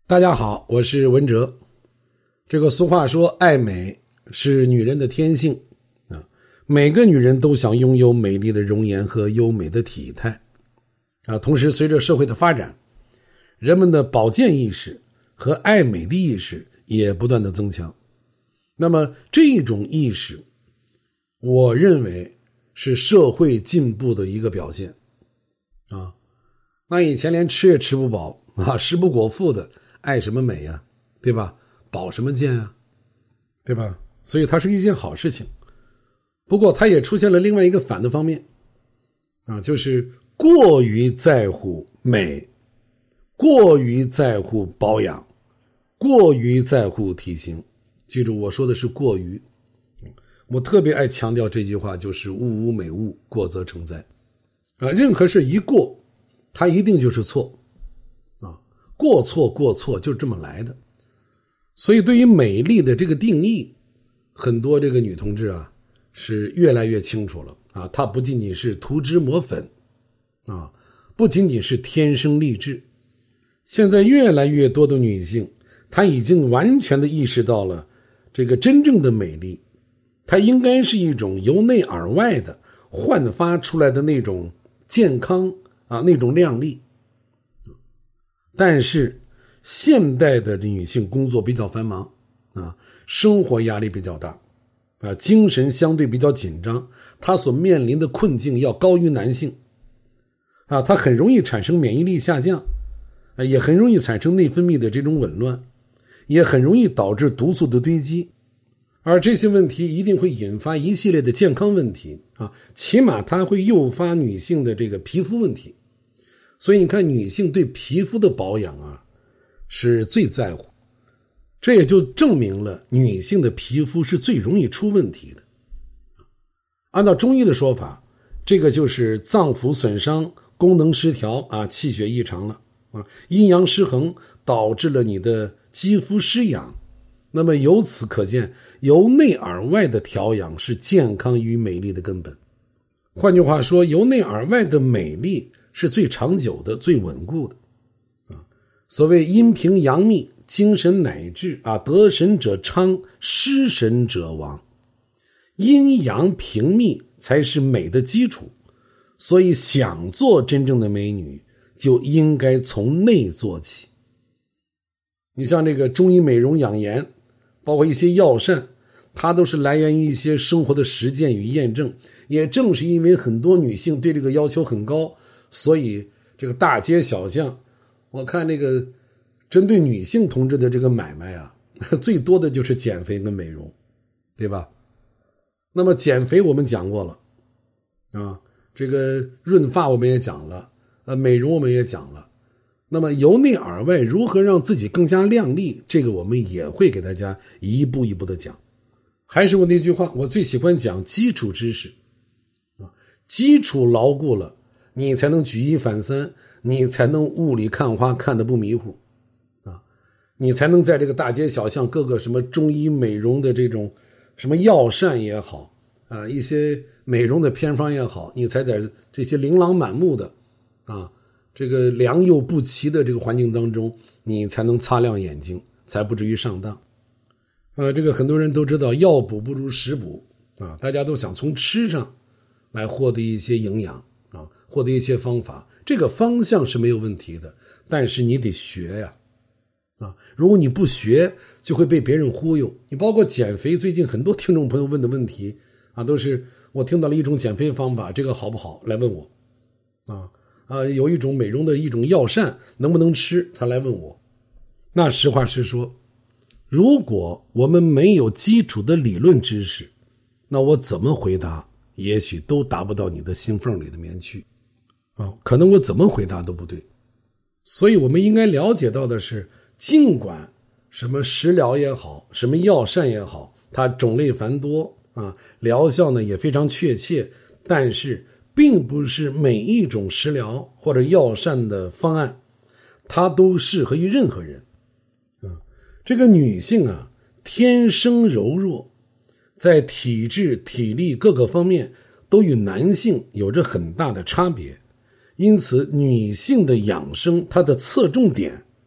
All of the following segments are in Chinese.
大家好，我是文哲。这个俗话说爱美是女人的天性啊，每个女人都想拥有美丽的容颜和优美的体态啊。同时随着社会的发展，人们的保健意识和爱美的意识也不断的增强。那么这种意识我认为是社会进步的一个表现啊。那以前连吃也吃不饱啊，食不果腹的，爱什么美呀，对吧？保什么健啊，对吧？所以它是一件好事情。不过它也出现了另外一个反的方面啊，就是过于在乎美，过于在乎保养，过于在乎体型。记住我说的是过于，我特别爱强调这句话，就是物无美物，过则成灾啊。任何事一过，它一定就是错啊，过错就这么来的。所以对于美丽的这个定义，很多这个女同志啊是越来越清楚了啊，它不仅仅是涂脂抹粉啊，不仅仅是天生丽质。现在越来越多的女性，她已经完全的意识到了这个真正的美丽，它应该是一种由内而外的焕发出来的那种健康啊，那种靓丽。但是现代的女性工作比较繁忙啊，生活压力比较大啊，精神相对比较紧张，她所面临的困境要高于男性啊，她很容易产生免疫力下降啊，也很容易产生内分泌的这种紊乱，也很容易导致毒素的堆积，而这些问题一定会引发一系列的健康问题啊，起码它会诱发女性的这个皮肤问题。所以你看，女性对皮肤的保养啊是最在乎，这也就证明了女性的皮肤是最容易出问题的。按照中医的说法，这个就是脏腑损伤、功能失调啊，气血异常了啊，阴阳失衡导致了你的肌肤失养。那么由此可见，由内而外的调养是健康与美丽的根本。换句话说，由内而外的美丽是最长久的、最稳固的啊。所谓阴平阳秘，精神乃至啊，得神者昌，失神者亡。阴阳平密才是美的基础，所以想做真正的美女，就应该从内做起。你像这个中医美容养颜，包括一些药膳，它都是来源于一些生活的实践与验证。也正是因为很多女性对这个要求很高，所以这个大街小巷，我看这个针对女性同志的这个买卖啊，最多的就是减肥跟美容，对吧？那么减肥我们讲过了啊，这个润发我们也讲了，美容我们也讲了。那么由内而外如何让自己更加靓丽，这个我们也会给大家一步一步的讲。还是我那句话，我最喜欢讲基础知识啊，基础牢固了，你才能举一反三，你才能雾里看花看得不迷糊啊，你才能在这个大街小巷各个什么中医美容的这种什么药膳也好啊，一些美容的偏方也好，你才在这些琳琅满目的啊这个良莠不齐的这个环境当中，你才能擦亮眼睛，才不至于上当。这个很多人都知道药补不如食补啊，大家都想从吃上来获得一些营养啊，获得一些方法，这个方向是没有问题的，但是你得学呀啊，如果你不学，就会被别人忽悠。你包括减肥，最近很多听众朋友问的问题啊，都是我听到了一种减肥方法，这个好不好来问我有一种美容的一种药膳能不能吃，他来问我。那实话实说，如果我们没有基础的理论知识，那我怎么回答也许都达不到你的心缝里的面去啊，可能我怎么回答都不对。所以我们应该了解到的是，尽管什么食疗也好，什么药膳也好，它种类繁多啊，疗效呢也非常确切，但是并不是每一种食疗或者药膳的方案它都适合于任何人。这个女性啊，天生柔弱，在体质、体力各个方面都与男性有着很大的差别，因此女性的养生它的侧重点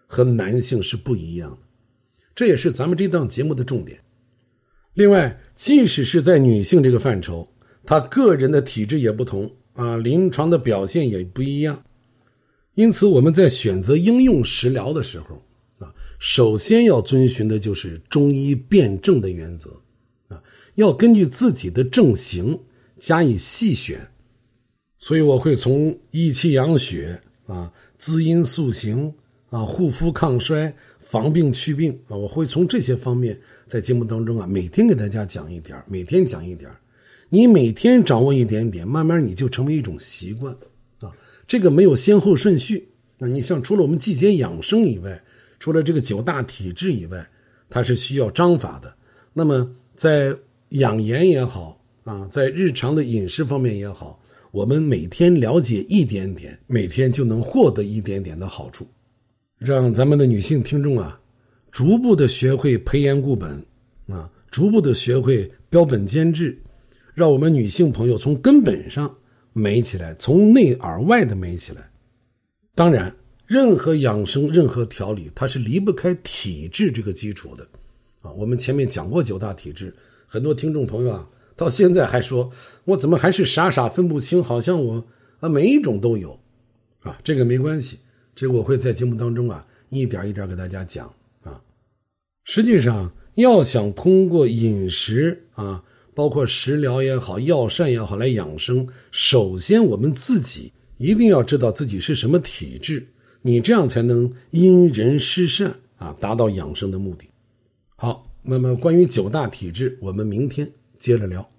和男性是不一样的，这也是咱们这档节目的重点。另外，即使是在女性这个范畴，她个人的体质也不同临床的表现也不一样。因此我们在选择应用食疗的时候首先要遵循的就是中医辨证的原则要根据自己的症型加以细选。所以我会从益气养血滋阴塑形护肤抗衰防病祛病我会从这些方面在节目当中每天给大家讲一点，每天讲一点。你每天掌握一点点，慢慢你就成为一种习惯这个没有先后顺序。你像除了我们季节养生以外，除了这个9大体质以外，它是需要章法的。那么在养颜也好在日常的饮食方面也好，我们每天了解一点点，每天就能获得一点点的好处，让咱们的女性听众逐步的学会培颜固本逐步的学会标本兼治，让我们女性朋友从根本上美起来，从内而外的美起来。当然任何养生任何调理它是离不开体质这个基础的我们前面讲过9大体质，很多听众朋友到现在还说我怎么还是傻傻分不清，好像我每一种都有这个没关系，这个我会在节目当中一点一点给大家讲实际上要想通过饮食包括食疗也好药膳也好来养生，首先我们自己一定要知道自己是什么体质，你这样才能因人施善达到养生的目的。好，那么关于9大体质我们明天接着聊。